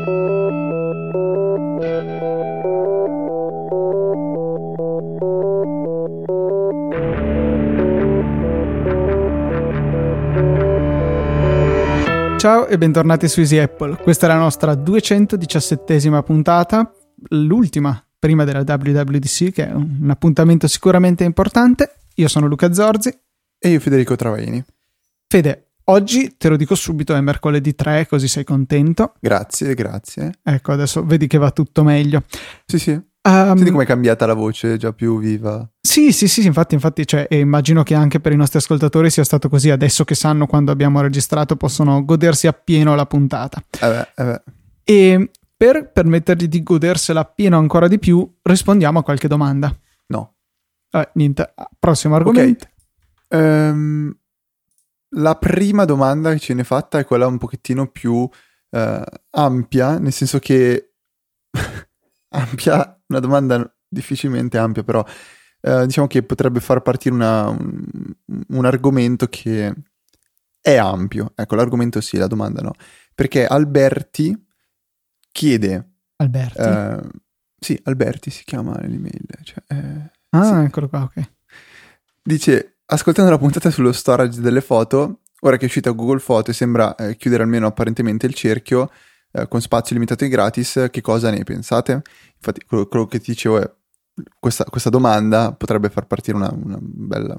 Ciao e bentornati su Easy Apple. Questa è la nostra 217esima puntata, l'ultima prima della WWDC, che è un appuntamento sicuramente importante. Io sono Luca Zorzi. E io Federico Travaini. Fede, oggi te lo dico subito, è mercoledì 3, così sei contento. Grazie. Ecco, adesso vedi che va tutto meglio. Sì. Senti com'è cambiata la voce, già più viva. Sì, infatti cioè, immagino che anche per i nostri ascoltatori sia stato così. Adesso che sanno quando abbiamo registrato possono godersi appieno la puntata. E per permettergli di godersela appieno ancora di più, rispondiamo a qualche domanda. No. Niente, prossimo argomento. Ok. La prima domanda che ce n'è fatta è quella un pochettino più ampia, nel senso che ampia, una domanda difficilmente ampia, però diciamo che potrebbe far partire un argomento che è ampio. Ecco, l'argomento sì, la domanda no. Perché Alberti chiede... Alberti? Sì, Alberti si chiama l'email. Cioè, sì. Eccolo qua, ok. Dice, ascoltando la puntata sullo storage delle foto, ora che è uscita Google Foto e sembra chiudere almeno apparentemente il cerchio, con spazio limitato e gratis, che cosa ne pensate? Infatti quello che ti dicevo è questa domanda potrebbe far partire una bella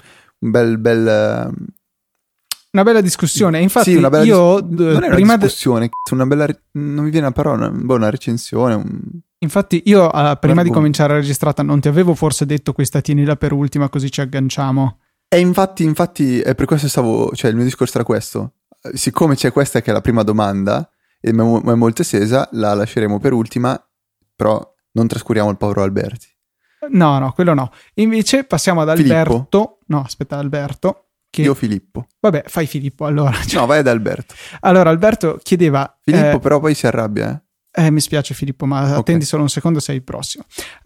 discussione. Infatti sì, una bella io non è prima una discussione, una bella non mi viene la parola, una recensione. Infatti io prima di cominciare la registrata non ti avevo forse detto questa, tienila per ultima così ci agganciamo. E infatti è per questo cioè il mio discorso era questo. Siccome c'è questa che è la prima domanda e è molto estesa, la lasceremo per ultima, però non trascuriamo il povero Alberti. No, quello no. Invece passiamo ad Alberto. Filippo? No, aspetta, Alberto. Io Filippo. Vabbè, fai Filippo allora. No, vai ad Alberto. Allora, Alberto chiedeva... Filippo però poi si arrabbia, mi spiace Filippo, ma attendi solo un secondo, sei il prossimo.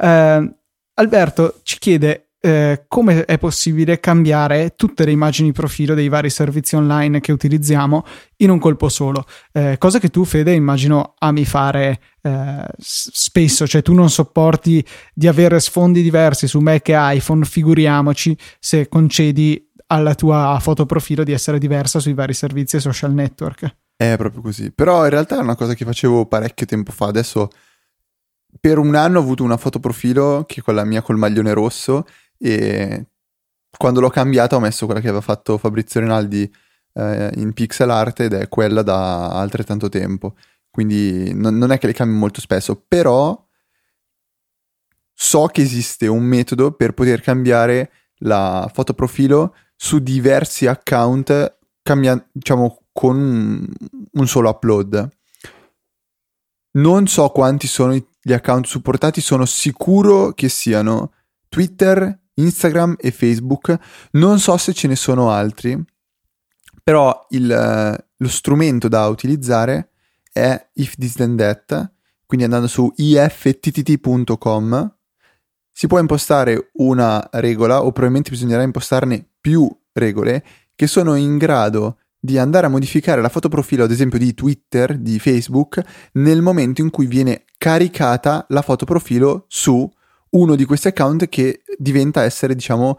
Alberto ci chiede come è possibile cambiare tutte le immagini profilo dei vari servizi online che utilizziamo in un colpo solo, cosa che tu, Fede, immagino ami fare spesso, cioè tu non sopporti di avere sfondi diversi su Mac e iPhone, figuriamoci se concedi alla tua foto profilo di essere diversa sui vari servizi e social network. È proprio così, però in realtà è una cosa che facevo parecchio tempo fa. Adesso per un anno ho avuto una foto profilo che è quella mia col maglione rosso, e quando l'ho cambiata ho messo quella che aveva fatto Fabrizio Rinaldi in pixel art, ed è quella da altrettanto tempo, quindi non è che le cambio molto spesso, però so che esiste un metodo per poter cambiare la foto profilo su diversi account diciamo con un solo upload. Non so quanti sono gli account supportati, sono sicuro che siano Twitter, Instagram e Facebook. Non so se ce ne sono altri, però lo strumento da utilizzare è If This Then That, quindi andando su ifttt.com si può impostare una regola, o probabilmente bisognerà impostarne più regole, che sono in grado di andare a modificare la foto profilo, ad esempio di Twitter, di Facebook, nel momento in cui viene caricata la foto profilo su uno di questi account, che diventa essere, diciamo,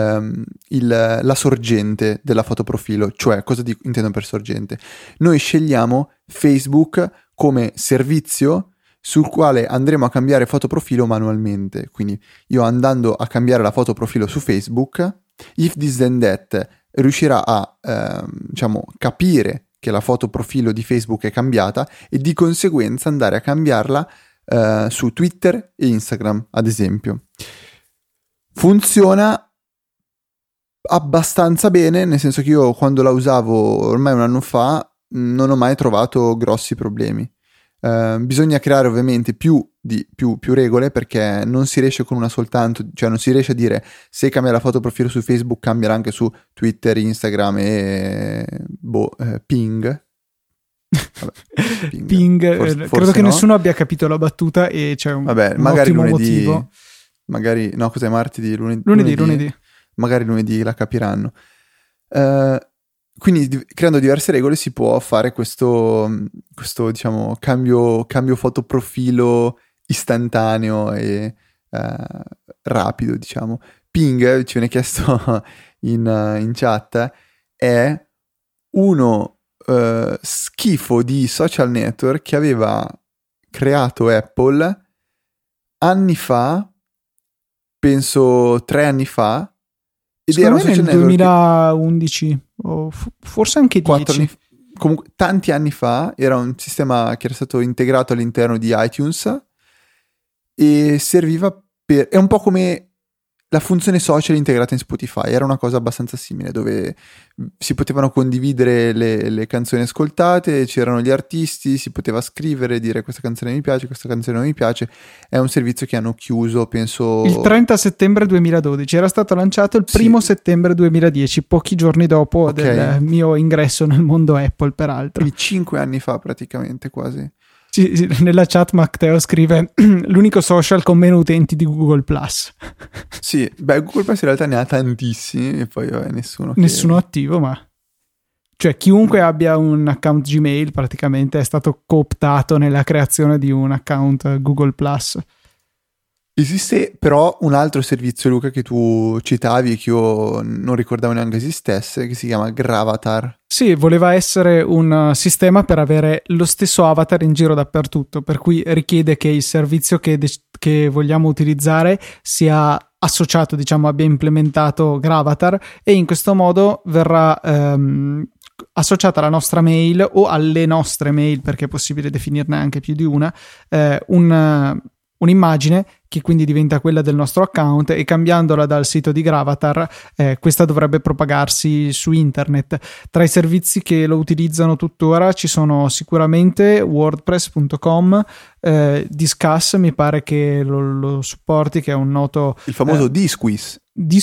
la sorgente della foto profilo. Cioè, cosa intendo per sorgente? Noi scegliamo Facebook come servizio sul quale andremo a cambiare foto profilo manualmente. Quindi io, andando a cambiare la foto profilo su Facebook, If This Then That riuscirà a diciamo capire che la foto profilo di Facebook è cambiata e di conseguenza andare a cambiarla su Twitter e Instagram, ad esempio. Funziona abbastanza bene, nel senso che io, quando la usavo ormai un anno fa, non ho mai trovato grossi problemi. Bisogna creare ovviamente più regole, perché non si riesce con una soltanto, cioè non si riesce a dire se cambia la foto profilo su Facebook cambierà anche su Twitter, Instagram e Ping. Vabbè, Ping, forse credo che no. Nessuno abbia capito la battuta e c'è un magari ottimo lunedì, motivo. Magari no, cos'è, martedì, lunedì. Lunedì. Magari lunedì la capiranno. quindi creando diverse regole si può fare questo diciamo, cambio fotoprofilo istantaneo e rapido, diciamo. Ping, ci viene chiesto in chat, è uno schifo di social network che aveva creato Apple anni fa, penso 3 anni fa, ed era un social nel network 2011 o forse anche 10. Comunque tanti anni fa, era un sistema che era stato integrato all'interno di iTunes e serviva per... è un po' come la funzione social integrata in Spotify, era una cosa abbastanza simile, dove si potevano condividere le canzoni ascoltate, c'erano gli artisti, si poteva scrivere, dire questa canzone mi piace, questa canzone non mi piace. È un servizio che hanno chiuso, penso... Il 30 settembre 2012, era stato lanciato il 1 settembre 2010, pochi giorni dopo del mio ingresso nel mondo Apple, peraltro. Quindi 5 anni fa praticamente, quasi. Sì, nella chat Matteo scrive l'unico social con meno utenti di Google Plus. Sì, beh, Google Plus in realtà ne ha tantissimi e poi nessuno attivo, ma cioè chiunque abbia un account Gmail praticamente è stato cooptato nella creazione di un account Google Plus. Esiste però un altro servizio, Luca, che tu citavi e che io non ricordavo neanche esistesse, che si chiama Gravatar. Sì, voleva essere un sistema per avere lo stesso avatar in giro dappertutto, per cui richiede che il servizio che vogliamo utilizzare sia associato, diciamo, abbia implementato Gravatar, e in questo modo verrà associata alla nostra mail o alle nostre mail, perché è possibile definirne anche più di una, un'immagine che quindi diventa quella del nostro account, e cambiandola dal sito di Gravatar questa dovrebbe propagarsi su internet. Tra i servizi che lo utilizzano tuttora ci sono sicuramente WordPress.com, Discuss mi pare che lo supporti, che è un noto... Il famoso Discuss,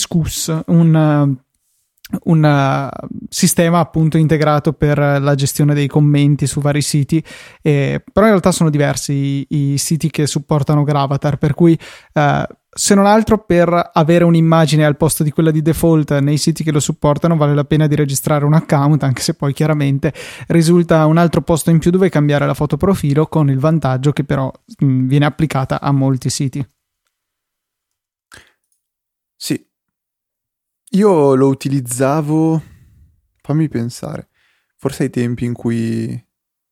un sistema appunto integrato per la gestione dei commenti su vari siti, però in realtà sono diversi i siti che supportano Gravatar, per cui se non altro per avere un'immagine al posto di quella di default nei siti che lo supportano vale la pena di registrare un account, anche se poi chiaramente risulta un altro posto in più dove cambiare la foto profilo, con il vantaggio che però viene applicata a molti siti. Sì. Io lo utilizzavo, fammi pensare, forse ai tempi in cui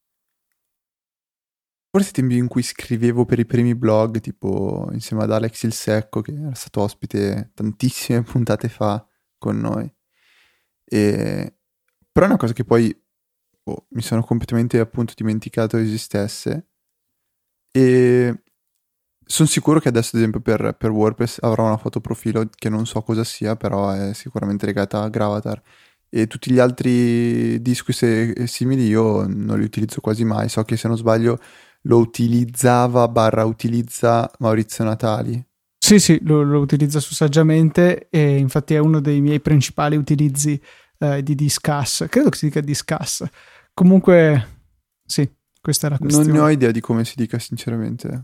scrivevo per i primi blog, tipo insieme ad Alex il Secco, che era stato ospite tantissime puntate fa con noi. Però è una cosa che poi mi sono completamente appunto dimenticato esistesse, e sono sicuro che adesso, ad esempio, per WordPress avrò una foto profilo che non so cosa sia, però è sicuramente legata a Gravatar. E tutti gli altri Discuss e simili io non li utilizzo quasi mai. So che, se non sbaglio, lo utilizza Maurizio Natali. Sì, lo utilizza su Saggiamente, e infatti è uno dei miei principali utilizzi di Discuss. Credo che si dica Discuss. Comunque, sì, questa è la questione. Non ne ho idea di come si dica, sinceramente.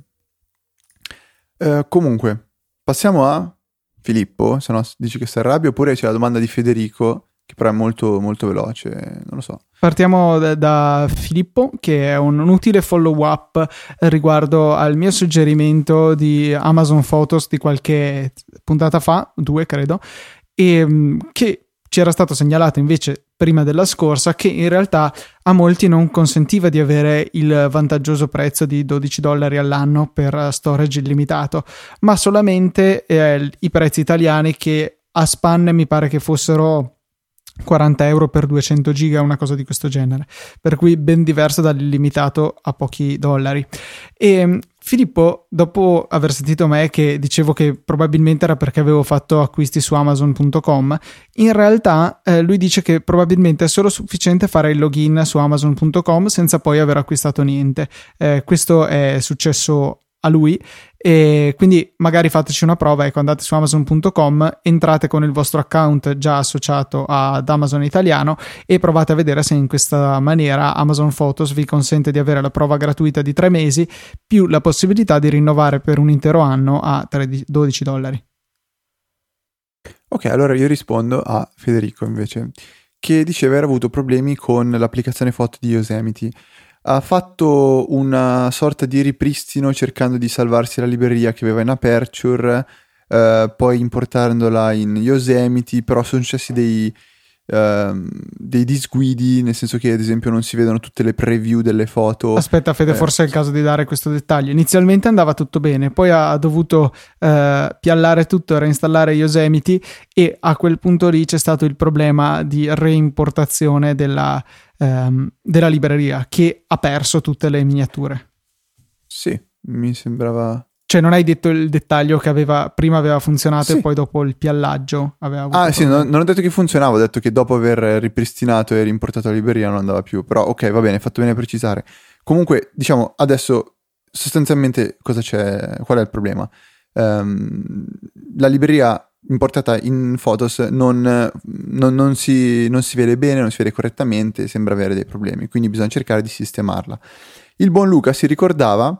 Comunque, passiamo a Filippo, se no dici che si arrabbia, oppure c'è la domanda di Federico, che però è molto, molto veloce, non lo so. Partiamo da Filippo, che è un utile follow up riguardo al mio suggerimento di Amazon Photos di qualche puntata fa, 2 credo, e che ci era stato segnalato invece prima della scorsa, che in realtà a molti non consentiva di avere il vantaggioso prezzo di $12 all'anno per storage illimitato, ma solamente i prezzi italiani, che a spanne mi pare che fossero €40 per 200 giga, una cosa di questo genere, per cui ben diverso dall'illimitato a pochi dollari. E Filippo, dopo aver sentito me che dicevo che probabilmente era perché avevo fatto acquisti su Amazon.com, in realtà lui dice che probabilmente è solo sufficiente fare il login su Amazon.com senza poi aver acquistato niente. Questo è successo a lui, e quindi magari fateci una prova. Ecco, andate su Amazon.com, entrate con il vostro account già associato ad Amazon italiano e provate a vedere se in questa maniera Amazon Photos vi consente di avere la prova gratuita di 3 mesi più la possibilità di rinnovare per un intero anno a $12. Ok, allora io rispondo a Federico invece, che diceva aver avuto problemi con l'applicazione foto di Yosemite. Ha fatto una sorta di ripristino cercando di salvarsi la libreria che aveva in Aperture, poi importandola in Yosemite, però sono successi dei disguidi, nel senso che ad esempio non si vedono tutte le preview delle foto. Aspetta Fede, forse è il caso di dare questo dettaglio. Inizialmente andava tutto bene, poi ha dovuto piallare tutto e reinstallare Yosemite, e a quel punto lì c'è stato il problema di reimportazione della libreria, che ha perso tutte le miniature. Sì, mi sembrava... Cioè non hai detto il dettaglio che prima aveva funzionato, sì. e poi dopo il piallaggio aveva avuto sì, non ho detto che funzionava, ho detto che dopo aver ripristinato e rimportato la libreria non andava più, però ok, va bene, fatto bene a precisare. Comunque, diciamo, adesso sostanzialmente cosa c'è, qual è il problema? La libreria importata in Photos non si vede bene, non si vede correttamente, sembra avere dei problemi, quindi bisogna cercare di sistemarla. Il buon Luca si ricordava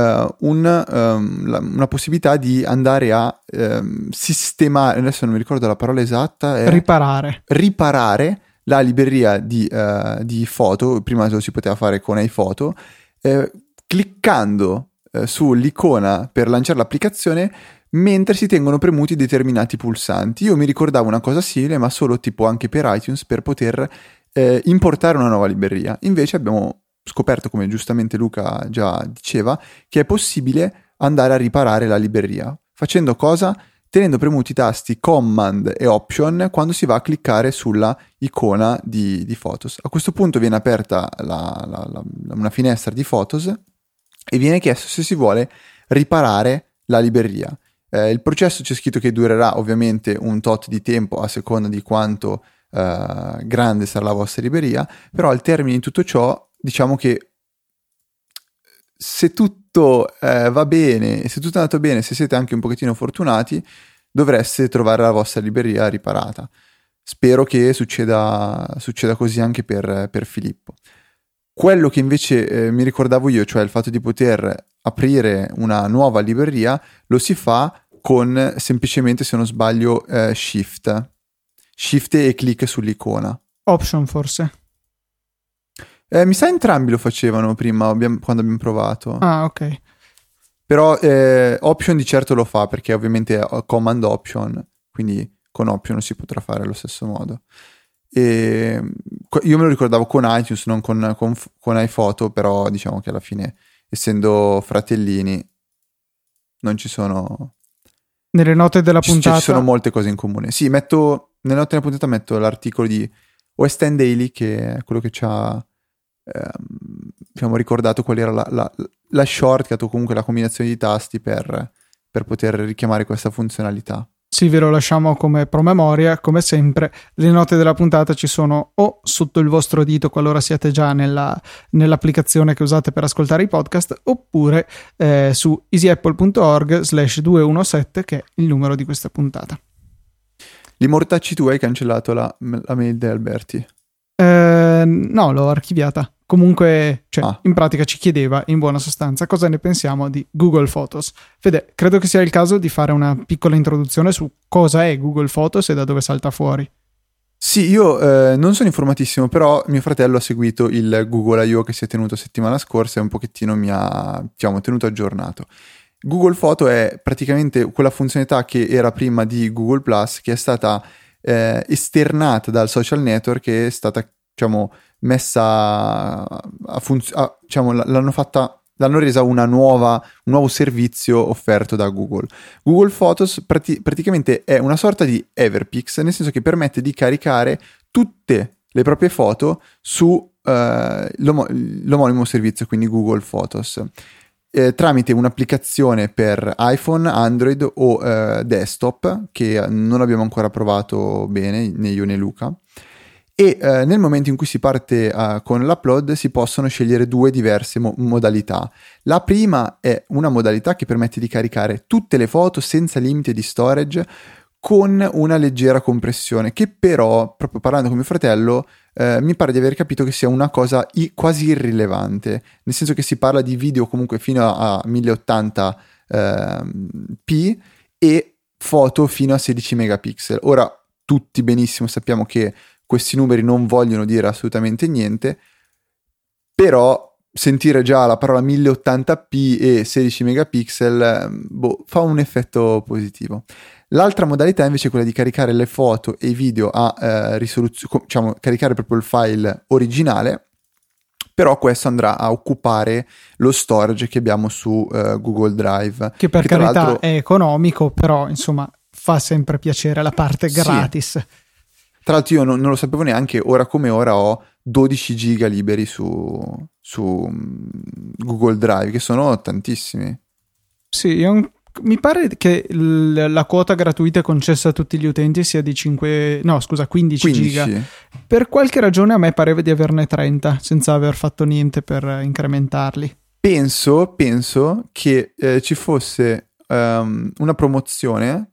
una possibilità di andare a sistemare, adesso non mi ricordo la parola esatta, è riparare la libreria di foto. Prima lo si poteva fare con iPhoto, cliccando sull'icona per lanciare l'applicazione mentre si tengono premuti determinati pulsanti. Io mi ricordavo una cosa simile, ma solo tipo anche per iTunes, per poter importare una nuova libreria. Invece abbiamo scoperto, come giustamente Luca già diceva, che è possibile andare a riparare la libreria. Facendo cosa? Tenendo premuti i tasti Command e Option quando si va a cliccare sulla icona di Photos. A questo punto viene aperta una finestra di Photos e viene chiesto se si vuole riparare la libreria. Il processo c'è scritto che durerà ovviamente un tot di tempo a seconda di quanto grande sarà la vostra libreria, però al termine di tutto ciò diciamo che se tutto va bene, se tutto è andato bene, se siete anche un pochettino fortunati, dovreste trovare la vostra libreria riparata. Spero che succeda così anche per Filippo. Quello che invece mi ricordavo io, cioè il fatto di poter aprire una nuova libreria, lo si fa con semplicemente, se non sbaglio, Shift e clic sull'icona. Option forse. Mi sa entrambi lo facevano prima, quando abbiamo provato. Ah, ok. Però Option di certo lo fa, perché ovviamente è Command Option, quindi con Option lo si potrà fare allo stesso modo. E io me lo ricordavo con iTunes, non con iPhoto, però diciamo che alla fine, essendo fratellini, non ci sono... Nelle note della puntata... Ci sono molte cose in comune. Sì, nelle note della puntata metto l'articolo di OS X Daily, che è quello che ci ha... abbiamo ricordato qual era la shortcut o comunque la combinazione di tasti per poter richiamare questa funzionalità. Sì, ve lo lasciamo come promemoria. Come sempre, le note della puntata ci sono o sotto il vostro dito qualora siete già nell'applicazione che usate per ascoltare i podcast, oppure su easyapple.org/217, che è il numero di questa puntata. Li mortacci, tu hai cancellato la mail di Alberti? No, l'ho archiviata. Comunque, in pratica ci chiedeva, in buona sostanza, cosa ne pensiamo di Google Photos. Fede, credo che sia il caso di fare una piccola introduzione su cosa è Google Photos e da dove salta fuori. Sì, io non sono informatissimo, però mio fratello ha seguito il Google I.O. che si è tenuto settimana scorsa e un pochettino mi ha, tenuto aggiornato. Google Photo è praticamente quella funzionalità che era prima di Google Plus, che è stata esternata dal social network, che è stata, messa l'hanno resa un nuovo servizio offerto da Google. Google Photos praticamente è una sorta di Everpix, nel senso che permette di caricare tutte le proprie foto su l'omonimo servizio, quindi Google Photos, tramite un'applicazione per iPhone, Android o desktop, che non abbiamo ancora provato bene né io né Luca. E nel momento in cui si parte con l'upload si possono scegliere due diverse modalità. La prima è una modalità che permette di caricare tutte le foto senza limite di storage, con una leggera compressione, che però, proprio parlando con mio fratello, mi pare di aver capito che sia una cosa quasi irrilevante, nel senso che si parla di video comunque fino a 1080p e foto fino a 16 megapixel. Ora, tutti benissimo sappiamo che questi numeri non vogliono dire assolutamente niente, però sentire già la parola 1080p e 16 megapixel fa un effetto positivo. L'altra modalità invece è quella di caricare le foto e i video a risoluzione, diciamo caricare proprio il file originale, però questo andrà a occupare lo storage che abbiamo su Google Drive. Che per carità è economico, però insomma fa sempre piacere la parte gratis. Sì. Tra l'altro io non lo sapevo neanche, ora come ora ho 12 giga liberi su Google Drive, che sono tantissimi. Sì, mi pare che la quota gratuita concessa a tutti gli utenti sia di 15 giga. Per qualche ragione a me pareva di averne 30, senza aver fatto niente per incrementarli. Penso che ci fosse una promozione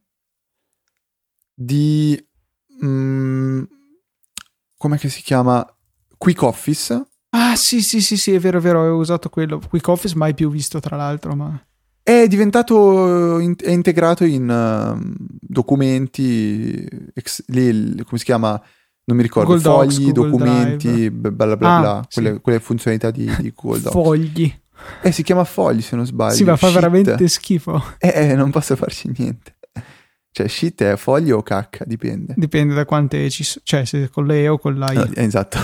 di com'è che si chiama? Quick Office. Ah sì, è vero, ho usato quello. Quick Office mai più visto, tra l'altro, ma è diventato è integrato in documenti come si chiama? Non mi ricordo. Google fogli, Docs, documenti, bla bla bla, quelle funzionalità di Google Docs. Fogli. Si chiama fogli, se non sbaglio. Sì, ma fa veramente schifo. Non posso farci niente. Cioè, sheet è fogli o cacca, dipende. Dipende da quante cioè se con l'E o con l'AI. Esatto.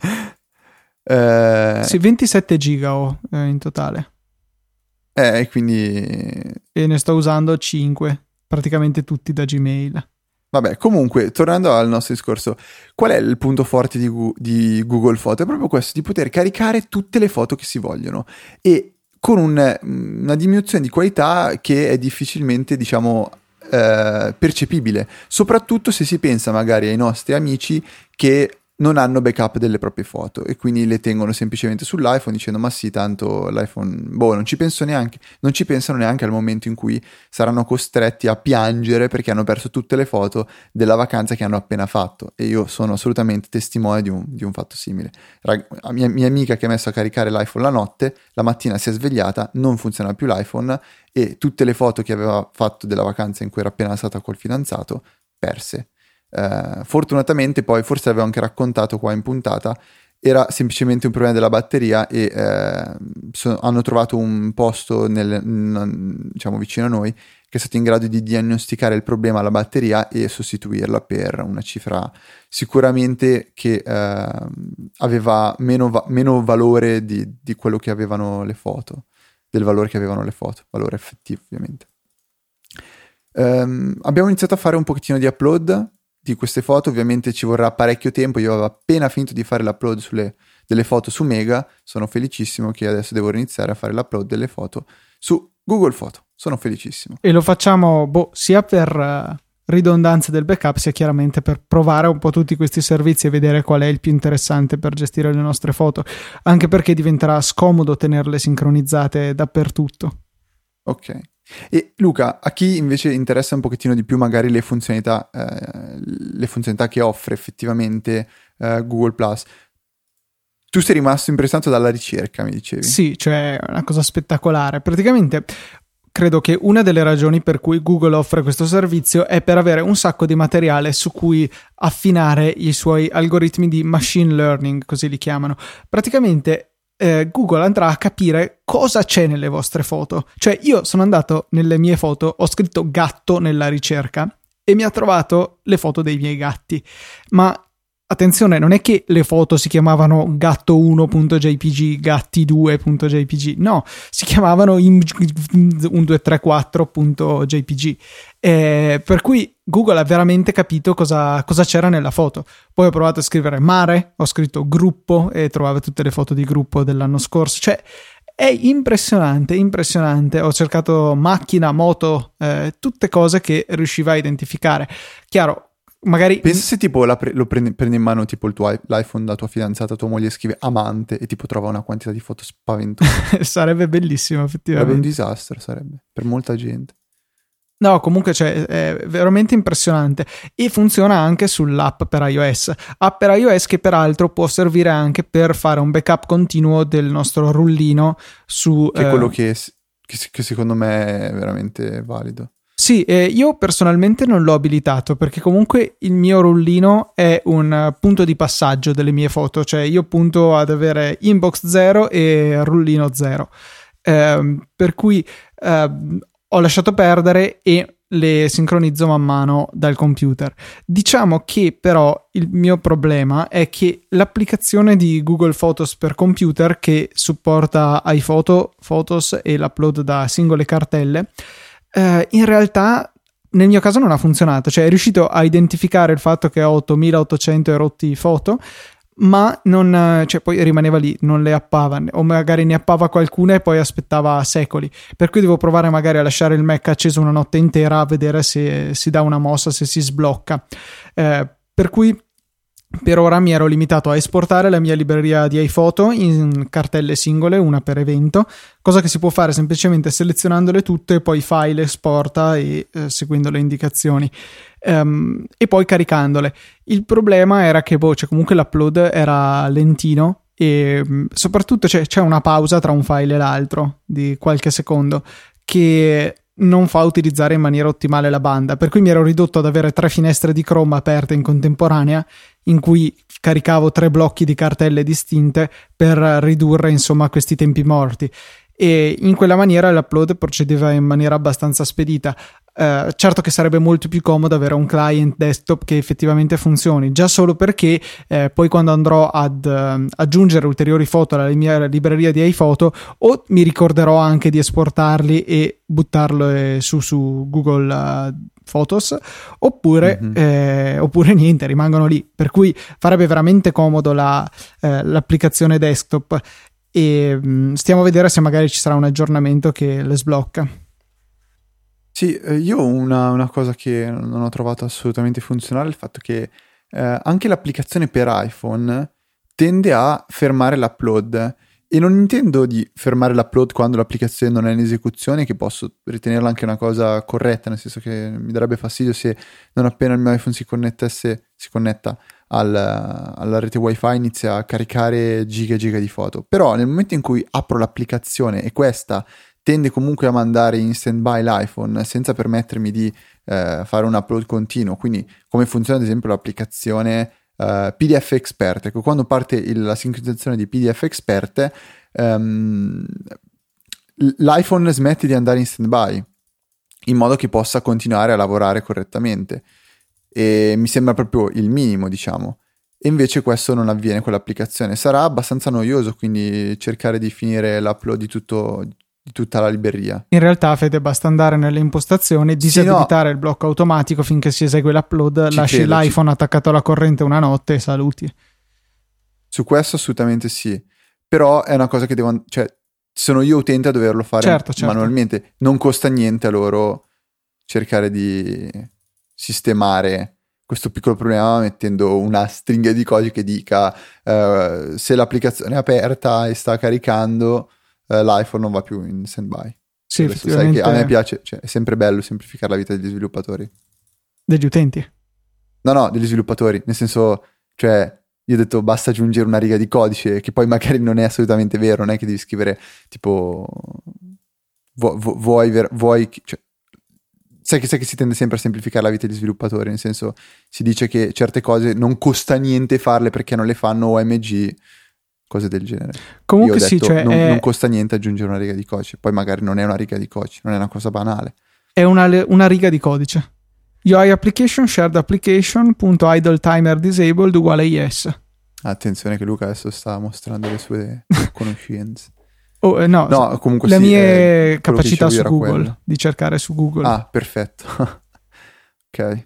Sì, 27 giga ho in totale. Quindi... E ne sto usando 5, praticamente tutti da Gmail. Vabbè, comunque, tornando al nostro discorso, qual è il punto forte di Google Foto? È proprio questo, di poter caricare tutte le foto che si vogliono e con una diminuzione di qualità che è difficilmente, diciamo, percepibile, soprattutto se si pensa magari ai nostri amici che non hanno backup delle proprie foto e quindi le tengono semplicemente sull'iPhone dicendo ma sì, tanto l'iPhone non ci pensano neanche al momento in cui saranno costretti a piangere perché hanno perso tutte le foto della vacanza che hanno appena fatto. E io sono assolutamente testimone di un fatto simile. Mia amica che ha messo a caricare l'iPhone la notte, la mattina si è svegliata, non funziona più l'iPhone e tutte le foto che aveva fatto della vacanza in cui era appena stata col fidanzato perse. Fortunatamente poi, forse avevo anche raccontato qua in puntata, era semplicemente un problema della batteria e hanno trovato un posto diciamo vicino a noi che è stato in grado di diagnosticare il problema alla batteria e sostituirla per una cifra sicuramente che aveva meno valore di quello che avevano le foto, del valore che avevano le foto, valore effettivo ovviamente. Abbiamo iniziato a fare un pochettino di upload di queste foto, ovviamente ci vorrà parecchio tempo. Io avevo appena finito di fare l'upload delle foto su Mega, sono felicissimo che adesso devo iniziare a fare l'upload delle foto su Google Foto, sono felicissimo. E lo facciamo sia per ridondanza del backup, sia chiaramente per provare un po' tutti questi servizi e vedere qual è il più interessante per gestire le nostre foto, anche perché diventerà scomodo tenerle sincronizzate dappertutto. Ok. E Luca, a chi invece interessa un pochettino di più magari le funzionalità che offre effettivamente Google Plus, tu sei rimasto impressionato dalla ricerca, mi dicevi? Sì, cioè una cosa spettacolare. Praticamente credo che una delle ragioni per cui Google offre questo servizio è per avere un sacco di materiale su cui affinare i suoi algoritmi di machine learning, così li chiamano. Praticamente Google andrà a capire cosa c'è nelle vostre foto. Cioè io sono andato nelle mie foto, ho scritto gatto nella ricerca e mi ha trovato le foto dei miei gatti. Ma attenzione, non è che le foto si chiamavano gatto1.jpg, gatti2.jpg, no, si chiamavano 1234.jpg. Per cui Google ha veramente capito cosa c'era nella foto. Poi ho provato a scrivere mare, ho scritto gruppo e trovavo tutte le foto di gruppo dell'anno scorso. Cioè è impressionante. Ho cercato macchina, moto, tutte cose che riusciva a identificare. Chiaro, magari pensa se tipo lo prende in mano tipo l'iPhone da tua fidanzata, tua moglie scrive amante e tipo trova una quantità di foto spaventose. Sarebbe bellissimo, effettivamente. Sarebbe un disastro, sarebbe per molta gente. No, comunque è veramente impressionante e funziona anche sull'app per iOS. App per iOS che peraltro può servire anche per fare un backup continuo del nostro rullino su... Che è quello che secondo me è veramente valido. Sì, io personalmente non l'ho abilitato perché comunque il mio rullino è un punto di passaggio delle mie foto, cioè io punto ad avere inbox 0 e rullino 0, per cui ho lasciato perdere e le sincronizzo man mano dal computer. Diciamo che però il mio problema è che l'applicazione di Google Photos per computer, che supporta iPhoto, Photos e l'upload da singole cartelle, in realtà nel mio caso non ha funzionato, cioè è riuscito a identificare il fatto che ho 8800 erotti foto, ma non, cioè poi rimaneva lì, non le appava, o magari ne appava qualcuna e poi aspettava secoli, per cui devo provare magari a lasciare il Mac acceso una notte intera a vedere se si dà una mossa, se si sblocca, per cui per ora mi ero limitato a esportare la mia libreria di iPhoto in cartelle singole, una per evento, cosa che si può fare semplicemente selezionandole tutte, poi file, esporta e seguendo le indicazioni, e poi caricandole. Il problema era che cioè, comunque l'upload era lentino e soprattutto c'è una pausa tra un file e l'altro di qualche secondo che non fa utilizzare in maniera ottimale la banda, per cui mi ero ridotto ad avere 3 finestre di Chrome aperte in contemporanea in cui caricavo 3 blocchi di cartelle distinte per ridurre insomma questi tempi morti, e in quella maniera l'upload procedeva in maniera abbastanza spedita. Certo che sarebbe molto più comodo avere un client desktop che effettivamente funzioni, già solo perché poi quando andrò ad aggiungere ulteriori foto alla mia libreria di iPhoto o mi ricorderò anche di esportarli e buttarlo su Google Photos, oppure niente, rimangono lì, per cui farebbe veramente comodo l'applicazione desktop, e stiamo a vedere se magari ci sarà un aggiornamento che le sblocca. Sì, io una cosa che non ho trovato assolutamente funzionale è il fatto che anche l'applicazione per iPhone tende a fermare l'upload, e non intendo di fermare l'upload quando l'applicazione non è in esecuzione, che posso ritenerla anche una cosa corretta, nel senso che mi darebbe fastidio se non appena il mio iPhone si connetta alla rete wifi inizia a caricare giga e giga di foto. Però nel momento in cui apro l'applicazione e questa tende comunque a mandare in stand-by l'iPhone senza permettermi di fare un upload continuo, quindi come funziona ad esempio l'applicazione PDF Expert, ecco, quando parte la sincronizzazione di PDF Expert l'iPhone smette di andare in stand-by in modo che possa continuare a lavorare correttamente, e mi sembra proprio il minimo, diciamo. E invece questo non avviene con l'applicazione. Sarà abbastanza noioso quindi cercare di finire l'upload di tutta la libreria. In realtà, Fede, basta andare nelle impostazioni, disabilitare il blocco automatico finché si esegue l'upload, lasci l'iPhone attaccato alla corrente una notte e saluti. Su questo assolutamente sì, però è una cosa che cioè sono io utente a doverlo fare certo. Manualmente, non costa niente a loro cercare di sistemare questo piccolo problema mettendo una stringa di codice che dica se l'applicazione è aperta e sta caricando l'iPhone non va più in stand-by. Sì, sai che a me piace, cioè, è sempre bello semplificare la vita degli sviluppatori. Degli utenti? No, degli sviluppatori, nel senso, cioè, io ho detto basta aggiungere una riga di codice, che poi magari non è assolutamente vero, non è che devi scrivere tipo cioè, sai che si tende sempre a semplificare la vita degli sviluppatori, nel senso, si dice che certe cose non costa niente farle perché non le fanno OMG, cose del genere. Comunque io ho detto, cioè non costa niente aggiungere una riga di codice, poi magari non è una riga di codice, non è una cosa banale. È una riga di codice. UI application shared application.idle_timer_disabled uguale yes. Attenzione che Luca adesso sta mostrando le sue conoscenze. No, comunque le mie capacità su Google, quello. Di cercare su Google. Ah, perfetto. Ok.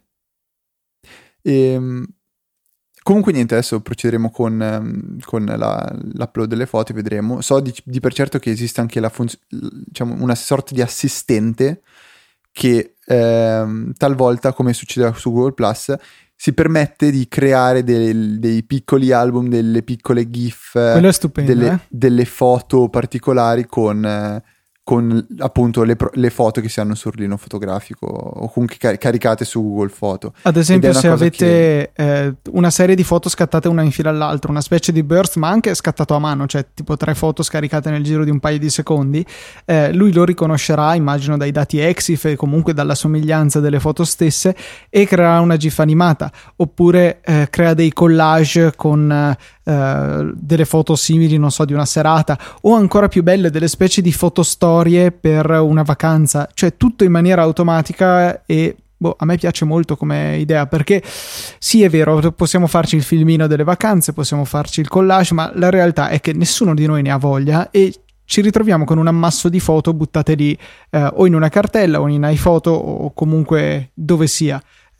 Comunque niente, adesso procederemo con l'upload delle foto e vedremo. So di per certo che esiste anche diciamo una sorta di assistente che talvolta, come succedeva su Google Plus, si permette di creare dei piccoli album, delle piccole GIF, quello è stupendo, delle foto particolari con con appunto le foto che si hanno sul ordino fotografico o comunque caricate su Google Foto. Ad esempio, se avete una serie di foto scattate una in fila all'altra, una specie di burst, ma anche scattato a mano, cioè tipo 3 foto scaricate nel giro di un paio di secondi, lui lo riconoscerà, immagino, dai dati EXIF e comunque dalla somiglianza delle foto stesse, e creerà una GIF animata, oppure crea dei collage con delle foto simili, non so, di una serata, o ancora più belle, delle specie di fotostorie per una vacanza, cioè tutto in maniera automatica. E a me piace molto come idea, perché sì, è vero, possiamo farci il filmino delle vacanze, possiamo farci il collage, ma la realtà è che nessuno di noi ne ha voglia e ci ritroviamo con un ammasso di foto buttate lì o in una cartella o in iPhoto o comunque dove sia.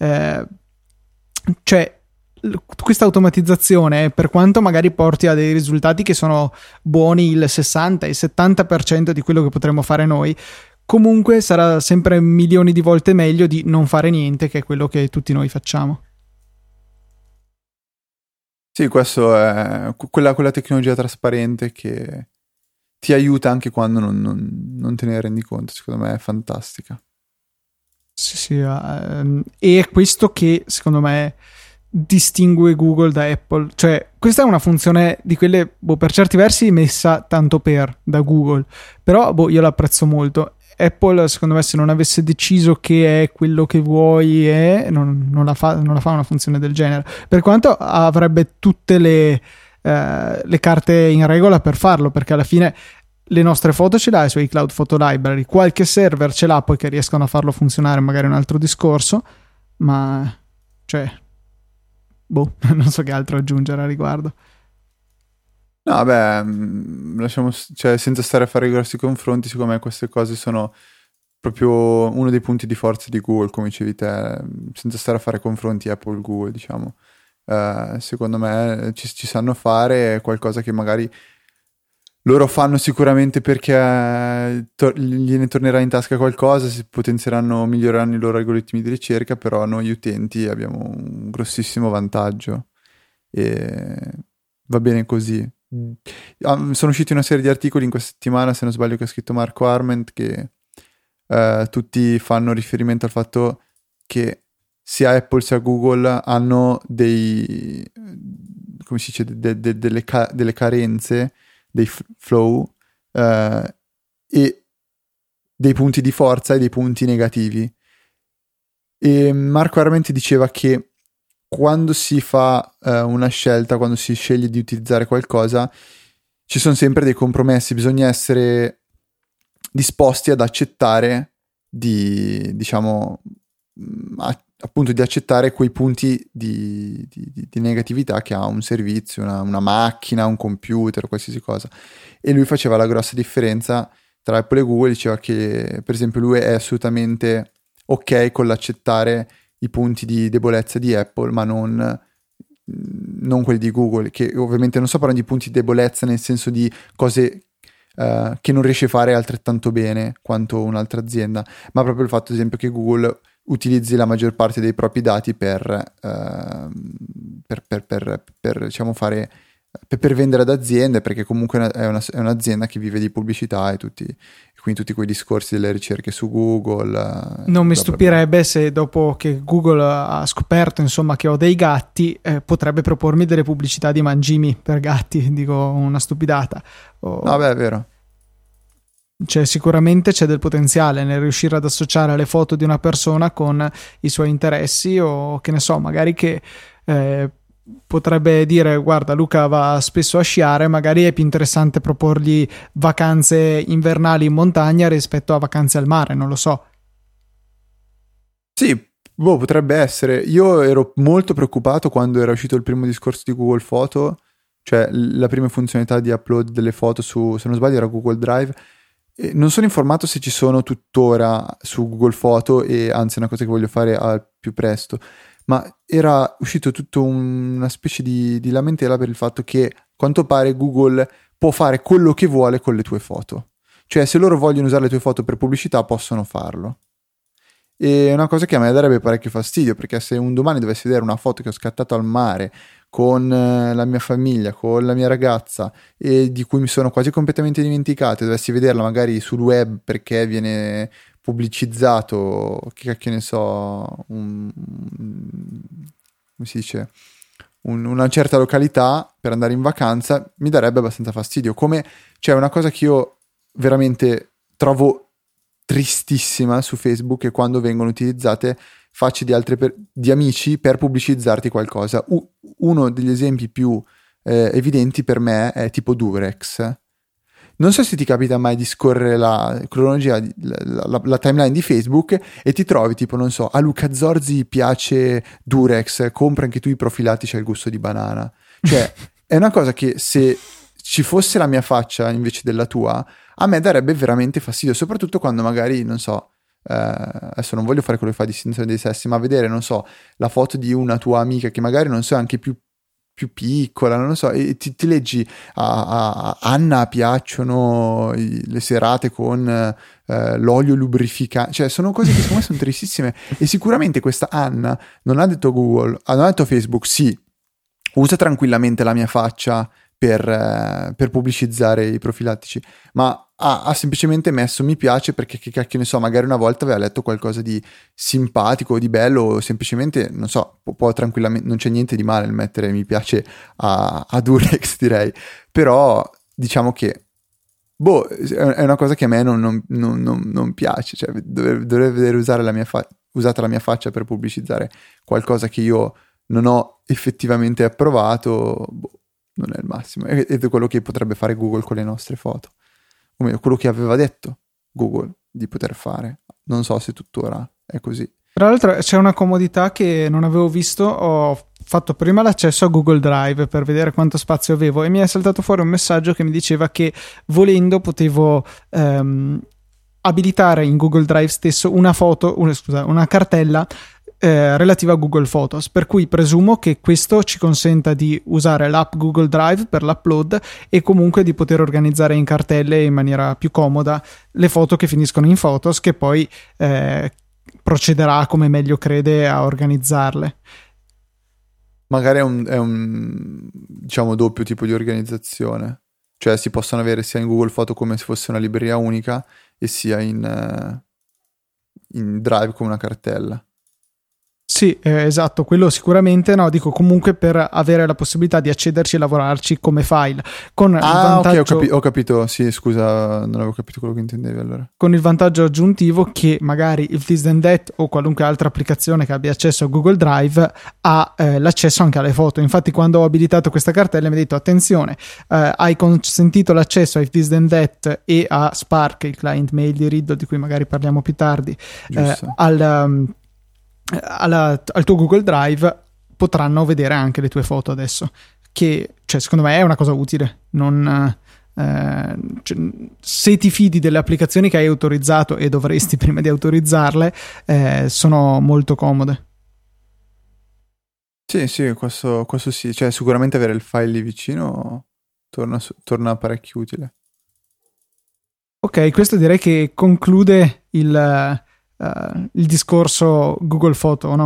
Cioè, questa automatizzazione, per quanto magari porti a dei risultati che sono buoni il 60 e il 70% di quello che potremmo fare noi, comunque sarà sempre milioni di volte meglio di non fare niente, che è quello che tutti noi facciamo. Sì, questo è quella tecnologia trasparente che ti aiuta anche quando non te ne rendi conto. Secondo me è fantastica. Sì, e è questo che secondo me distingue Google da Apple. Cioè, questa è una funzione di quelle per certi versi messa tanto per da Google, però io l'apprezzo molto. Apple, secondo me, se non avesse deciso che è quello che vuoi non la fa una funzione del genere, per quanto avrebbe tutte le carte in regola per farlo, perché alla fine le nostre foto ce l'ha su iCloud Photo Library, qualche server ce l'ha poi che riescono a farlo funzionare, magari un altro discorso, ma cioè non so che altro aggiungere a riguardo. No, beh, lasciamo, cioè, senza stare a fare grossi confronti, secondo me queste cose sono proprio uno dei punti di forza di Google, come dicevi te, senza stare a fare confronti Apple-Google, diciamo. Secondo me ci sanno fare qualcosa che magari loro fanno sicuramente perché gliene tornerà in tasca qualcosa, si potenzieranno, miglioreranno i loro algoritmi di ricerca, però noi utenti abbiamo un grossissimo vantaggio e va bene così. Sono usciti una serie di articoli in questa settimana, se non sbaglio, che ha scritto Marco Arment, che tutti fanno riferimento al fatto che sia Apple sia Google hanno dei, come si dice, delle carenze, dei flow e dei punti di forza e dei punti negativi. E Marco Arment diceva che quando si fa una scelta, quando si sceglie di utilizzare qualcosa, ci sono sempre dei compromessi, bisogna essere disposti ad accettare diciamo, appunto di accettare quei punti di negatività che ha un servizio, una macchina, un computer, qualsiasi cosa. E lui faceva la grossa differenza tra Apple e Google, diceva che per esempio lui è assolutamente ok con l'accettare i punti di debolezza di Apple, ma non quelli di Google, che ovviamente non sto parlando di punti di debolezza nel senso di cose che non riesce a fare altrettanto bene quanto un'altra azienda, ma proprio il fatto, ad esempio, che Google utilizzi la maggior parte dei propri dati per diciamo fare per vendere ad aziende, perché comunque è un'azienda che vive di pubblicità e quindi tutti quei discorsi delle ricerche su Google. Non mi stupirebbe se dopo che Google ha scoperto, insomma, che ho dei gatti, potrebbe propormi delle pubblicità di mangimi per gatti, dico una stupidata. No, beh, è vero. Cioè, sicuramente c'è del potenziale nel riuscire ad associare le foto di una persona con i suoi interessi, o che ne so, magari che potrebbe dire: guarda, Luca va spesso a sciare, magari è più interessante proporgli vacanze invernali in montagna rispetto a vacanze al mare, non lo so. Sì, potrebbe essere. Io ero molto preoccupato quando era uscito il primo discorso di Google Photo, cioè la prima funzionalità di upload delle foto su, se non sbaglio, era Google Drive. E non sono informato se ci sono tuttora su Google Photo, e anzi è una cosa che voglio fare al più presto, ma era uscito tutto una specie di lamentela per il fatto che a quanto pare Google può fare quello che vuole con le tue foto, cioè se loro vogliono usare le tue foto per pubblicità possono farlo, E è una cosa che a me darebbe parecchio fastidio, perché se un domani dovessi vedere una foto che ho scattato al mare con la mia famiglia, con la mia ragazza, e di cui mi sono quasi completamente dimenticato, e dovessi vederla magari sul web perché viene pubblicizzato, che cacchio ne so, come si dice, una certa località per andare in vacanza, mi darebbe abbastanza fastidio. Come c'è una cosa che io veramente trovo tristissima su Facebook, è quando vengono utilizzate facce di amici per pubblicizzarti qualcosa. Uno degli esempi più evidenti per me è tipo Durex. Non so se ti capita mai di scorrere la cronologia, la timeline di Facebook, e ti trovi tipo, non so, a Luca Zorzi piace Durex, compra anche tu i profilati, c'è il gusto di banana. Cioè, è una cosa che se ci fosse la mia faccia invece della tua, a me darebbe veramente fastidio, soprattutto quando magari, non so, adesso non voglio fare quello che fa distinzione dei sessi, ma vedere, non so, la foto di una tua amica che magari, non so, è anche più piccola, non lo so, e ti leggi a Anna piacciono le serate con l'olio lubrificante, cioè sono cose che secondo me sono tristissime, e sicuramente questa Anna non ha detto Google, non ha detto Facebook, sì, usa tranquillamente la mia faccia per pubblicizzare i profilattici, ma ha semplicemente messo mi piace perché, che cacchio ne so, magari una volta aveva letto qualcosa di simpatico o di bello, o semplicemente, non so, può tranquillamente, non c'è niente di male nel mettere mi piace a Durex, direi, però diciamo che boh, è una cosa che a me non piace, cioè dovrebbe vedere usata la mia faccia per pubblicizzare qualcosa che io non ho effettivamente approvato, boh, non è il massimo. Ed è quello che potrebbe fare Google con le nostre foto, o meglio, quello che aveva detto Google di poter fare. Non so se tuttora è così. Tra l'altro c'è una comodità che non avevo visto. Ho fatto prima l'accesso a Google Drive per vedere quanto spazio avevo, e mi è saltato fuori un messaggio che mi diceva che volendo potevo abilitare in Google Drive stesso una cartella relativa a Google Photos, per cui presumo che questo ci consenta di usare l'app Google Drive per l'upload, e comunque di poter organizzare in cartelle in maniera più comoda le foto che finiscono in Photos, che poi procederà come meglio crede a organizzarle. Magari è un diciamo doppio tipo di organizzazione, cioè si possono avere sia in Google Photo come se fosse una libreria unica, e sia in Drive come una cartella. Sì, esatto, quello sicuramente. No, dico comunque per avere la possibilità di accederci e lavorarci come file. Con il vantaggio... ok, ho capito, sì, scusa, non avevo capito quello che intendevi allora. Con il vantaggio aggiuntivo che magari If This Then That o qualunque altra applicazione che abbia accesso a Google Drive ha l'accesso anche alle foto. Infatti quando ho abilitato questa cartella mi ha detto attenzione, hai consentito l'accesso a If This Then That e a Spark, il client mail di Riddle di cui magari parliamo più tardi, al tuo Google Drive, potranno vedere anche le tue foto adesso, che cioè, secondo me è una cosa utile. Se ti fidi delle applicazioni che hai autorizzato, e dovresti prima di autorizzarle, sono molto comode. Sì, questo sì, cioè sicuramente avere il file lì vicino torna parecchio utile. Ok, questo direi che conclude il discorso Google Photo, o no?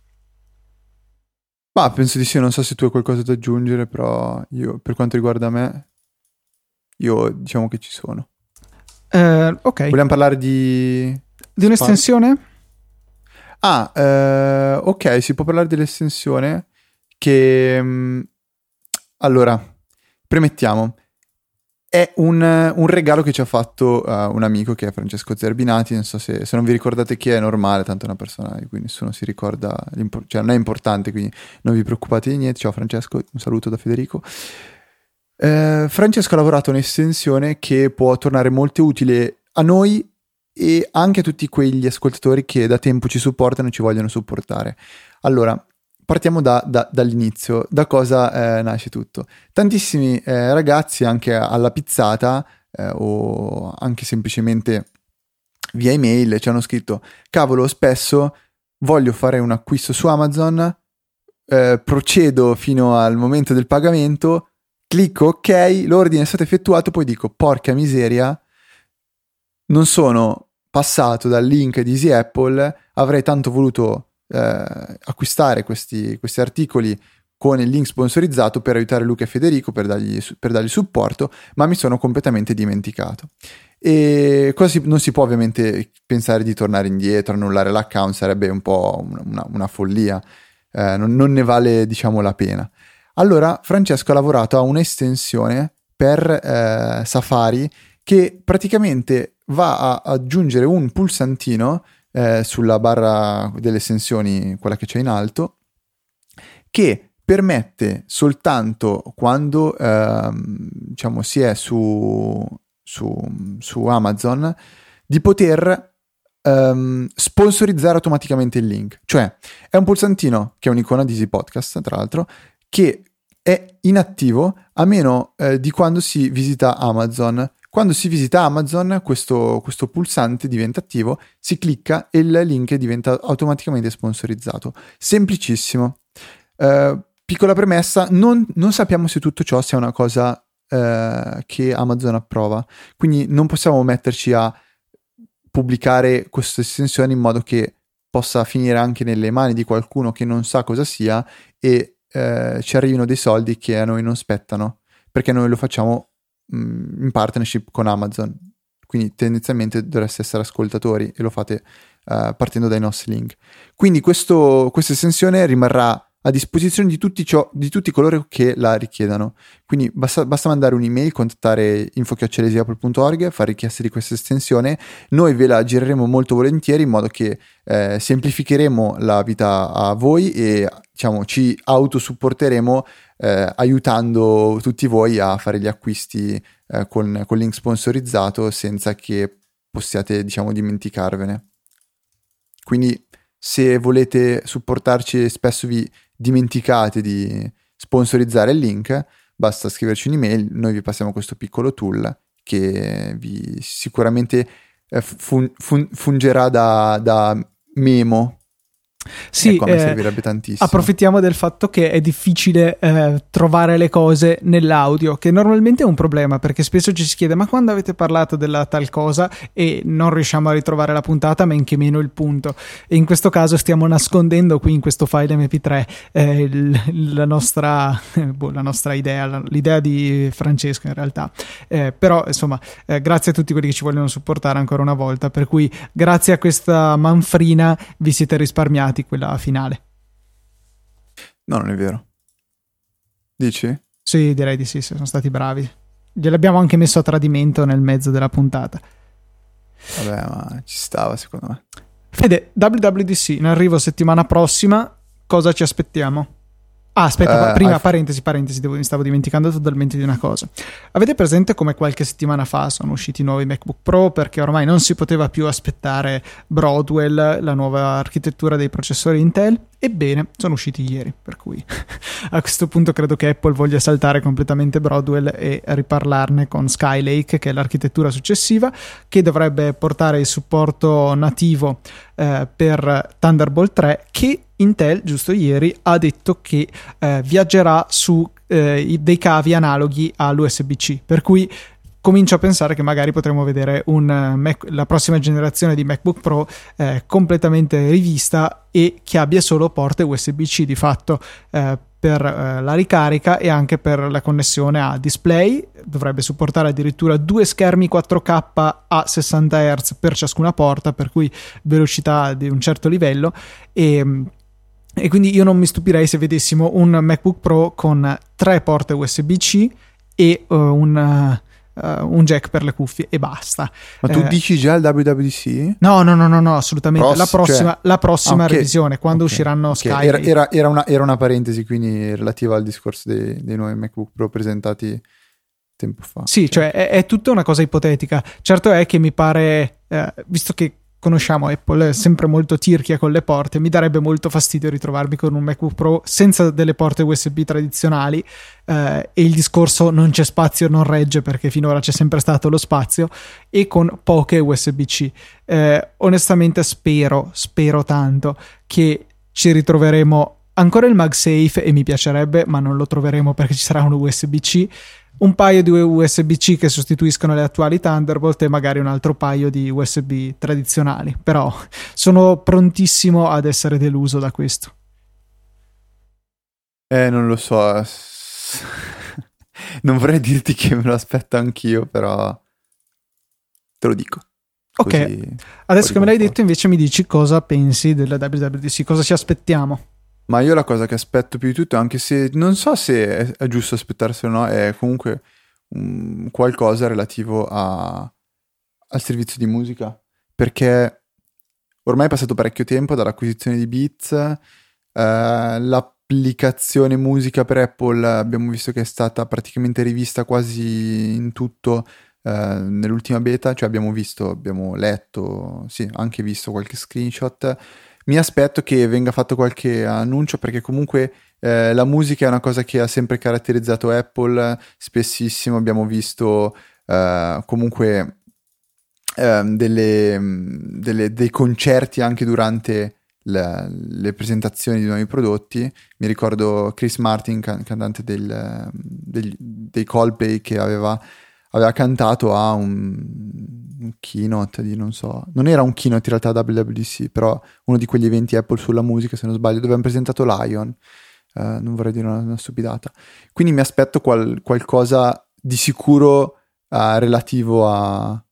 Ma penso di sì, non so se tu hai qualcosa da aggiungere, però io, per quanto riguarda me, io diciamo che ci sono. Ok. Vogliamo parlare di un'estensione? Ok, si può parlare dell'estensione che... allora, premettiamo, è un regalo che ci ha fatto un amico che è Francesco Zerbinati. Non so se non vi ricordate chi è normale, tanto è una persona di cui nessuno si ricorda, cioè non è importante, quindi non vi preoccupate di niente. Ciao Francesco, un saluto da Federico. Francesco ha lavorato un'estensione che può tornare molto utile a noi e anche a tutti quegli ascoltatori che da tempo ci supportano e ci vogliono supportare. Allora, partiamo dall'inizio, da cosa nasce tutto. Tantissimi ragazzi, anche alla pizzata o anche semplicemente via email, ci hanno scritto: cavolo, spesso voglio fare un acquisto su Amazon, procedo fino al momento del pagamento, clicco ok, l'ordine è stato effettuato, poi dico porca miseria, non sono passato dal link di Easy Apple avrei tanto voluto acquistare questi articoli con il link sponsorizzato per aiutare Luca e Federico, per dargli supporto, ma mi sono completamente dimenticato. E non si può ovviamente pensare di tornare indietro, annullare l'account, sarebbe un po' una follia, non ne vale, diciamo, la pena. Allora Francesco ha lavorato a un'estensione per Safari che praticamente va a aggiungere un pulsantino sulla barra delle estensioni, quella che c'è in alto, che permette soltanto quando diciamo si è su Amazon di poter sponsorizzare automaticamente il link. Cioè è un pulsantino che è un'icona di Easy Podcast, tra l'altro, che è inattivo a meno di quando si visita Amazon. Quando si visita Amazon questo pulsante diventa attivo, si clicca e il link diventa automaticamente sponsorizzato. Semplicissimo. Piccola premessa, non sappiamo se tutto ciò sia una cosa che Amazon approva, quindi non possiamo metterci a pubblicare questa estensione in modo che possa finire anche nelle mani di qualcuno che non sa cosa sia e ci arrivino dei soldi che a noi non spettano, perché noi lo facciamo in partnership con Amazon, quindi tendenzialmente dovreste essere ascoltatori e lo fate partendo dai nostri link. Quindi questa estensione rimarrà a disposizione di tutti coloro che la richiedano. Quindi basta mandare un'email, contattare info@easyapple.org, fare richiesta di questa estensione. Noi ve la gireremo molto volentieri in modo che semplificheremo la vita a voi e, diciamo, ci autosupporteremo aiutando tutti voi a fare gli acquisti con link sponsorizzato senza che possiate, diciamo, dimenticarvene. Quindi se volete supportarci e spesso vi dimenticate di sponsorizzare il link, basta scriverci un'email, noi vi passiamo questo piccolo tool che vi sicuramente fungerà da memo. Sì, ecco, a me servirebbe tantissimo. Approfittiamo del fatto che è difficile trovare le cose nell'audio, che normalmente è un problema, perché spesso ci si chiede ma quando avete parlato della tal cosa, e non riusciamo a ritrovare la puntata, men che meno il punto. E in questo caso stiamo nascondendo qui in questo file mp3 la nostra idea, l'idea di Francesco in realtà, però insomma grazie a tutti quelli che ci vogliono supportare ancora una volta, per cui grazie a questa manfrina vi siete risparmiati quella finale. No, non è vero. Dici? Sì, direi di sì, sono stati bravi. Gliel'abbiamo anche messo a tradimento nel mezzo della puntata. Vabbè, ma ci stava secondo me. Fede, WWDC in arrivo settimana prossima, cosa ci aspettiamo? Ah, aspetta, prima parentesi, mi stavo dimenticando totalmente di una cosa. Avete presente come qualche settimana fa sono usciti i nuovi MacBook Pro, perché ormai non si poteva più aspettare Broadwell, la nuova architettura dei processori Intel? Ebbene, sono usciti ieri, per cui a questo punto credo che Apple voglia saltare completamente Broadwell e riparlarne con Skylake, che è l'architettura successiva, che dovrebbe portare il supporto nativo per Thunderbolt 3, che Intel giusto ieri ha detto che viaggerà su dei cavi analoghi all'USB-C, per cui comincio a pensare che magari potremo vedere la prossima generazione di MacBook Pro completamente rivista e che abbia solo porte USB-C di fatto per la ricarica e anche per la connessione a display. Dovrebbe supportare addirittura 2 schermi 4K a 60 Hz per ciascuna porta, per cui velocità di un certo livello, e quindi io non mi stupirei se vedessimo un MacBook Pro con 3 porte USB-C e un jack per le cuffie e basta. Ma tu dici già il WWDC? No, assolutamente. La prossima okay. revisione, quando usciranno okay. Sky. Era una parentesi, quindi relativa al discorso dei nuovi MacBook Pro presentati tempo fa. Sì, cioè è tutta una cosa ipotetica. Certo è che mi pare, visto che conosciamo Apple, è sempre molto tirchia con le porte, mi darebbe molto fastidio ritrovarmi con un MacBook Pro senza delle porte USB tradizionali, e il discorso non c'è spazio non regge, perché finora c'è sempre stato lo spazio, e con poche USB-C. Onestamente spero tanto che ci ritroveremo ancora il MagSafe, e mi piacerebbe, ma non lo troveremo perché ci sarà un USB-C, un paio di USB-C che sostituiscono le attuali Thunderbolt e magari un altro paio di USB tradizionali, però sono prontissimo ad essere deluso da questo. Non lo so. Non vorrei dirti che me lo aspetto anch'io, però te lo dico. Ok, adesso che me l'hai detto invece mi dici cosa pensi della WWDC, cosa ci aspettiamo. Ma io la cosa che aspetto più di tutto, anche se non so se è giusto aspettarselo o no, è comunque qualcosa relativo al servizio di musica, perché ormai è passato parecchio tempo dall'acquisizione di Beats, l'applicazione musica per Apple abbiamo visto che è stata praticamente rivista quasi in tutto nell'ultima beta, cioè abbiamo letto, sì, anche visto qualche screenshot. Mi aspetto che venga fatto qualche annuncio, perché comunque la musica è una cosa che ha sempre caratterizzato Apple. Spessissimo abbiamo visto comunque dei concerti anche durante le presentazioni di nuovi prodotti. Mi ricordo Chris Martin, cantante dei Coldplay, che aveva cantato a un keynote di, non so, non era un keynote in realtà WWDC, però uno di quegli eventi Apple sulla musica, se non sbaglio, dove hanno presentato Lion. Non vorrei dire una stupidata. Quindi mi aspetto qualcosa di sicuro relativo al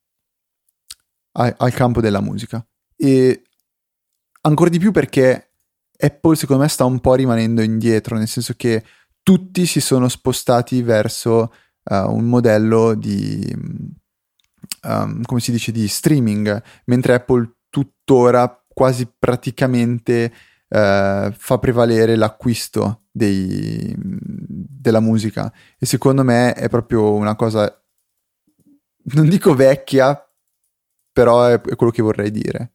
campo della musica. E ancora di più perché Apple secondo me sta un po' rimanendo indietro, nel senso che tutti si sono spostati verso un modello di come si dice, di streaming, mentre Apple tuttora quasi praticamente fa prevalere l'acquisto della musica, e secondo me è proprio una cosa, non dico vecchia, però è quello che vorrei dire.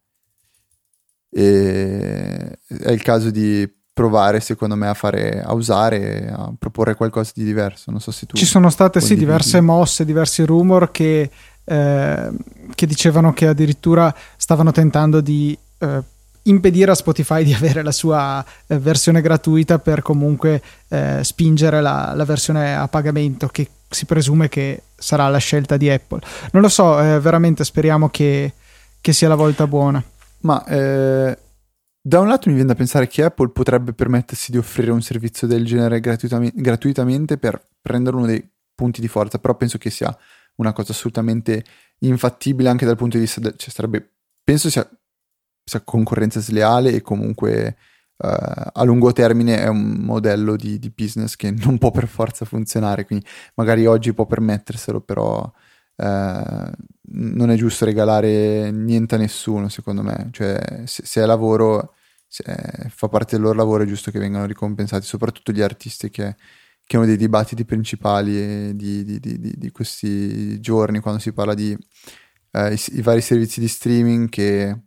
E è il caso di provare, secondo me, a proporre qualcosa di diverso. Non so se tu... Ci sono state sì diverse mosse, diversi rumor che dicevano che addirittura stavano tentando di impedire a Spotify di avere la sua versione gratuita, per comunque spingere la versione a pagamento, che si presume che sarà la scelta di Apple. Non lo so, veramente speriamo che sia la volta buona. Ma da un lato mi viene da pensare che Apple potrebbe permettersi di offrire un servizio del genere gratuitamente per prendere uno dei punti di forza, però penso che sia una cosa assolutamente infattibile anche dal punto di vista penso sia concorrenza sleale, e comunque a lungo termine è un modello di business che non può per forza funzionare, quindi magari oggi può permetterselo, però non è giusto regalare niente a nessuno, secondo me. Cioè, se è lavoro, se fa parte del loro lavoro, è giusto che vengano ricompensati, soprattutto gli artisti, che è uno dei dibattiti principali di questi giorni, quando si parla di i vari servizi di streaming che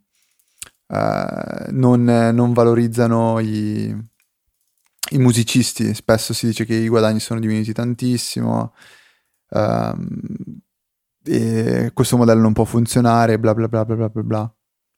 non valorizzano i musicisti. Spesso si dice che i guadagni sono diminuiti tantissimo, e questo modello non può funzionare, bla bla bla bla bla bla bla.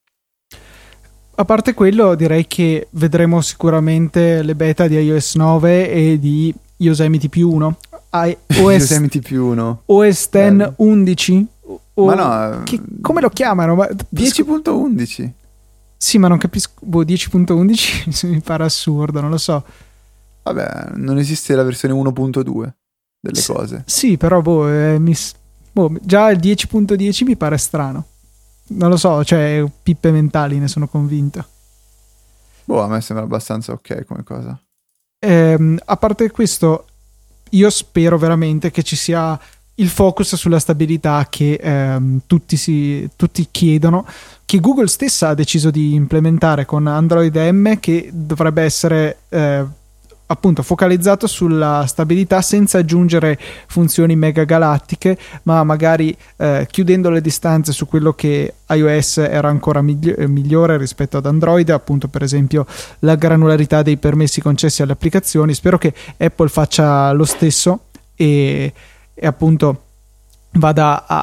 A parte quello, direi che vedremo sicuramente le beta di iOS 9 e di Yosemite P1. Yosemite P1, OS X 11 ma no, come lo chiamano? 10.11. Sì, ma non capisco. 10.11 mi pare assurdo, non lo so. Vabbè, non esiste la versione 1.2 delle cose. Sì, però già il 10.10 mi pare strano. Non lo so, cioè pippe mentali, ne sono convinto. A me sembra abbastanza ok come cosa. A parte questo, io spero veramente che ci sia il focus sulla stabilità che tutti chiedono, che Google stessa ha deciso di implementare con Android M, che dovrebbe essere appunto focalizzato sulla stabilità, senza aggiungere funzioni mega galattiche, ma magari chiudendo le distanze su quello che iOS era ancora migliore rispetto ad Android, appunto per esempio la granularità dei permessi concessi alle applicazioni. Spero che Apple faccia lo stesso e appunto vada a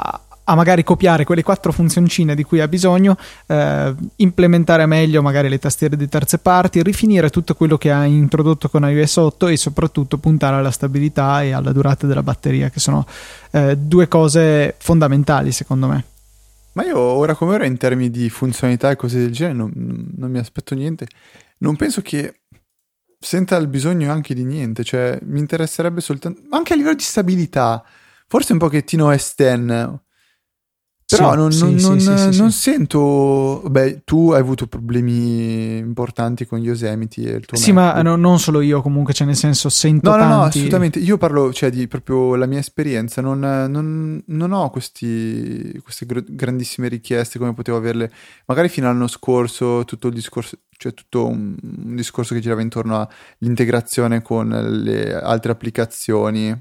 a magari copiare quelle 4 funzioncine di cui ha bisogno, implementare meglio magari le tastiere di terze parti, rifinire tutto quello che ha introdotto con iOS 8 e soprattutto puntare alla stabilità e alla durata della batteria, che sono 2 cose fondamentali secondo me. Ma io ora come ora in termini di funzionalità e cose del genere non mi aspetto niente. Non penso che senta il bisogno anche di niente, cioè mi interesserebbe soltanto, anche a livello di stabilità, forse un pochettino S10, però non sento. Beh, tu hai avuto problemi importanti con Yosemite e il tuo sì, MacBook. ma non solo io, comunque, cioè nel senso sento tanti. No, assolutamente. Io parlo, cioè, di proprio la mia esperienza. Non ho queste grandissime richieste come potevo averle magari fino all'anno scorso. Tutto il discorso, cioè tutto un discorso che girava intorno all'integrazione con le altre applicazioni.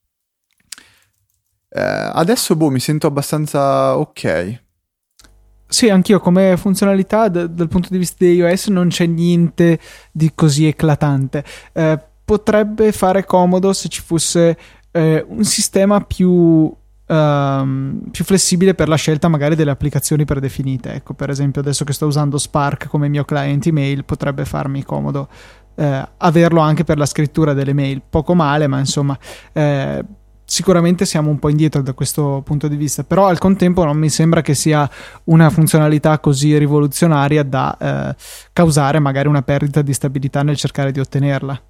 Adesso mi sento abbastanza ok. Sì, anch'io come funzionalità dal punto di vista di iOS non c'è niente di così eclatante. Potrebbe fare comodo se ci fosse un sistema più flessibile per la scelta magari delle applicazioni predefinite. Ecco, per esempio adesso che sto usando Spark come mio client email, potrebbe farmi comodo averlo anche per la scrittura delle mail. Poco male, ma insomma sicuramente siamo un po' indietro da questo punto di vista, però al contempo non mi sembra che sia una funzionalità così rivoluzionaria da causare magari una perdita di stabilità nel cercare di ottenerla.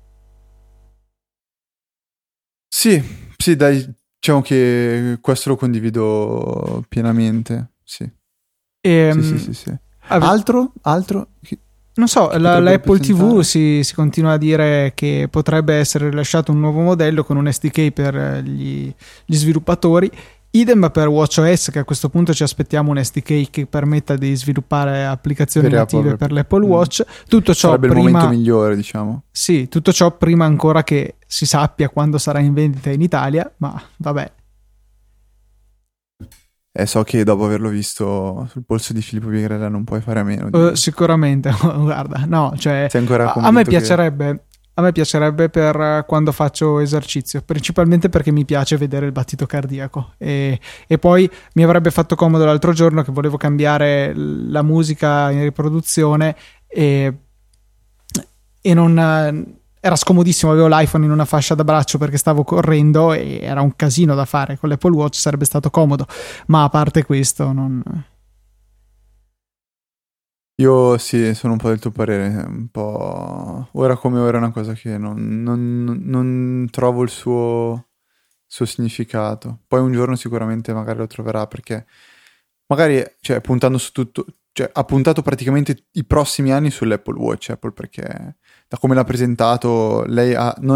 Sì, dai, diciamo che questo lo condivido pienamente, sì. Sì. Altro? Non so, l'Apple TV si continua a dire che potrebbe essere rilasciato un nuovo modello con un SDK per gli sviluppatori, idem per WatchOS, che a questo punto ci aspettiamo un SDK che permetta di sviluppare applicazioni native per l'Apple Watch. Tutto ciò sarebbe il momento migliore, diciamo. Sì, tutto ciò prima ancora che si sappia quando sarà in vendita in Italia, ma vabbè. So che dopo averlo visto sul polso di Filippo Bigrella non puoi fare a meno. Sicuramente, guarda, no, cioè a me piacerebbe per quando faccio esercizio, principalmente perché mi piace vedere il battito cardiaco e poi mi avrebbe fatto comodo l'altro giorno che volevo cambiare la musica in riproduzione e non era scomodissimo, avevo l'iPhone in una fascia da braccio perché stavo correndo e era un casino da fare. Con l'Apple Watch sarebbe stato comodo, ma a parte questo non... Io sì, sono un po' del tuo parere, un po' ora come ora è una cosa che non trovo il suo significato. Poi un giorno sicuramente magari lo troverà, perché magari, cioè, puntando su tutto, cioè ha puntato praticamente i prossimi anni sull'Apple Watch, Apple, perché da come l'ha presentato lei non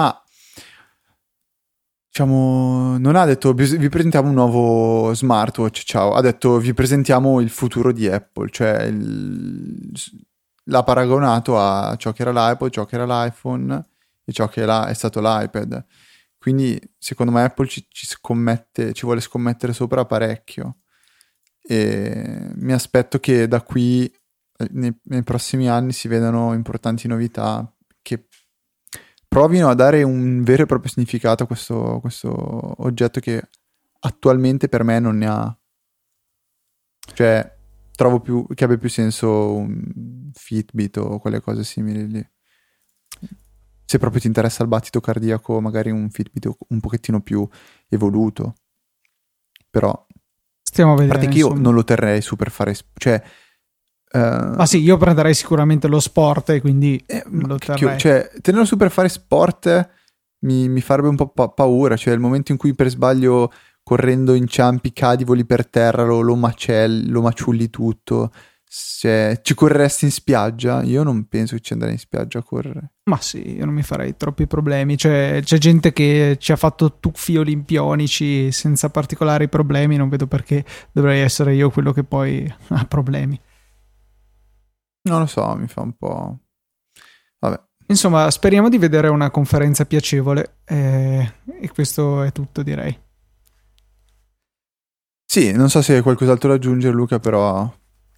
ha detto vi presentiamo un nuovo smartwatch, ciao, ha detto vi presentiamo il futuro di Apple, cioè l'ha paragonato a ciò che era l'iPod, ciò che era l'iPhone e ciò che è stato l'iPad. Quindi secondo me Apple ci vuole scommettere sopra parecchio e mi aspetto che da qui nei prossimi anni si vedano importanti novità che provino a dare un vero e proprio significato a questo oggetto che attualmente per me non ne ha. Cioè, trovo che abbia più senso un Fitbit o quelle cose simili lì. Se proprio ti interessa il battito cardiaco, magari un Fitbit un pochettino più evoluto. Però, stiamo a vedere, a parte che io non lo terrei su per fare... Cioè, ma sì, io prenderei sicuramente lo sport e quindi lo terrei. Cioè, tenerlo su per fare sport mi farebbe un po' paura. Cioè, il momento in cui per sbaglio correndo inciampi, cadi, voli per terra, lo maciulli tutto. Cioè, ci correresti in spiaggia? Io non penso che ci andrei in spiaggia a correre. Ma sì, io non mi farei troppi problemi. Cioè, c'è gente che ci ha fatto tuffi olimpionici senza particolari problemi. Non vedo perché dovrei essere io quello che poi ha problemi. Non lo so, mi fa un po'... Vabbè. Insomma, speriamo di vedere una conferenza piacevole e questo è tutto, direi. Sì, non so se hai qualcos'altro da aggiungere, Luca, però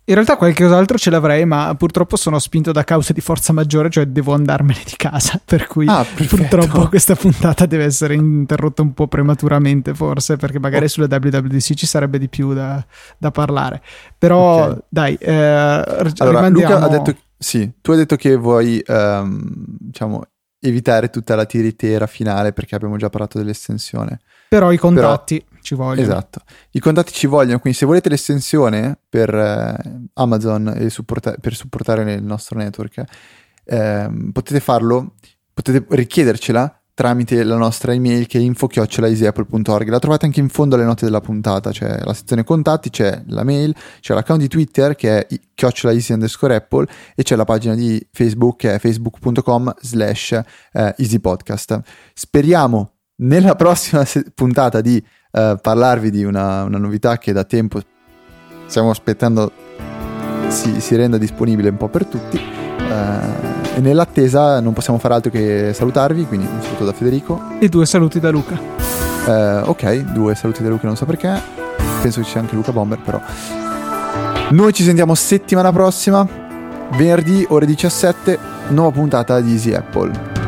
In realtà qualcos'altro ce l'avrei, ma purtroppo sono spinto da cause di forza maggiore, cioè devo andarmene di casa, per cui purtroppo questa puntata deve essere interrotta un po' prematuramente forse, perché magari sulle WWDC ci sarebbe di più da parlare. Però dai, allora, Luca ha detto, sì, tu hai detto che vuoi diciamo evitare tutta la tiritera finale perché abbiamo già parlato dell'estensione. Però i contatti ci vogliono. Esatto, i contatti ci vogliono, quindi se volete l'estensione per Amazon e per supportare il nostro network, potete farlo, potete richiedercela tramite la nostra email che è info@easyapple.org. La trovate anche in fondo alle note della puntata, c'è la sezione contatti, c'è la mail, c'è l'account di Twitter che è @easy_apple e c'è la pagina di Facebook che è facebook.com/easypodcast. Speriamo nella prossima puntata di parlarvi di una novità che da tempo stiamo aspettando si renda disponibile un po' per tutti, e nell'attesa non possiamo fare altro che salutarvi, quindi un saluto da Federico e 2 saluti da Luca. Ok, 2 saluti da Luca, non so perché, penso che ci sia anche Luca Bomber, però noi ci sentiamo settimana prossima, venerdì ore 17, nuova puntata di Easy Apple.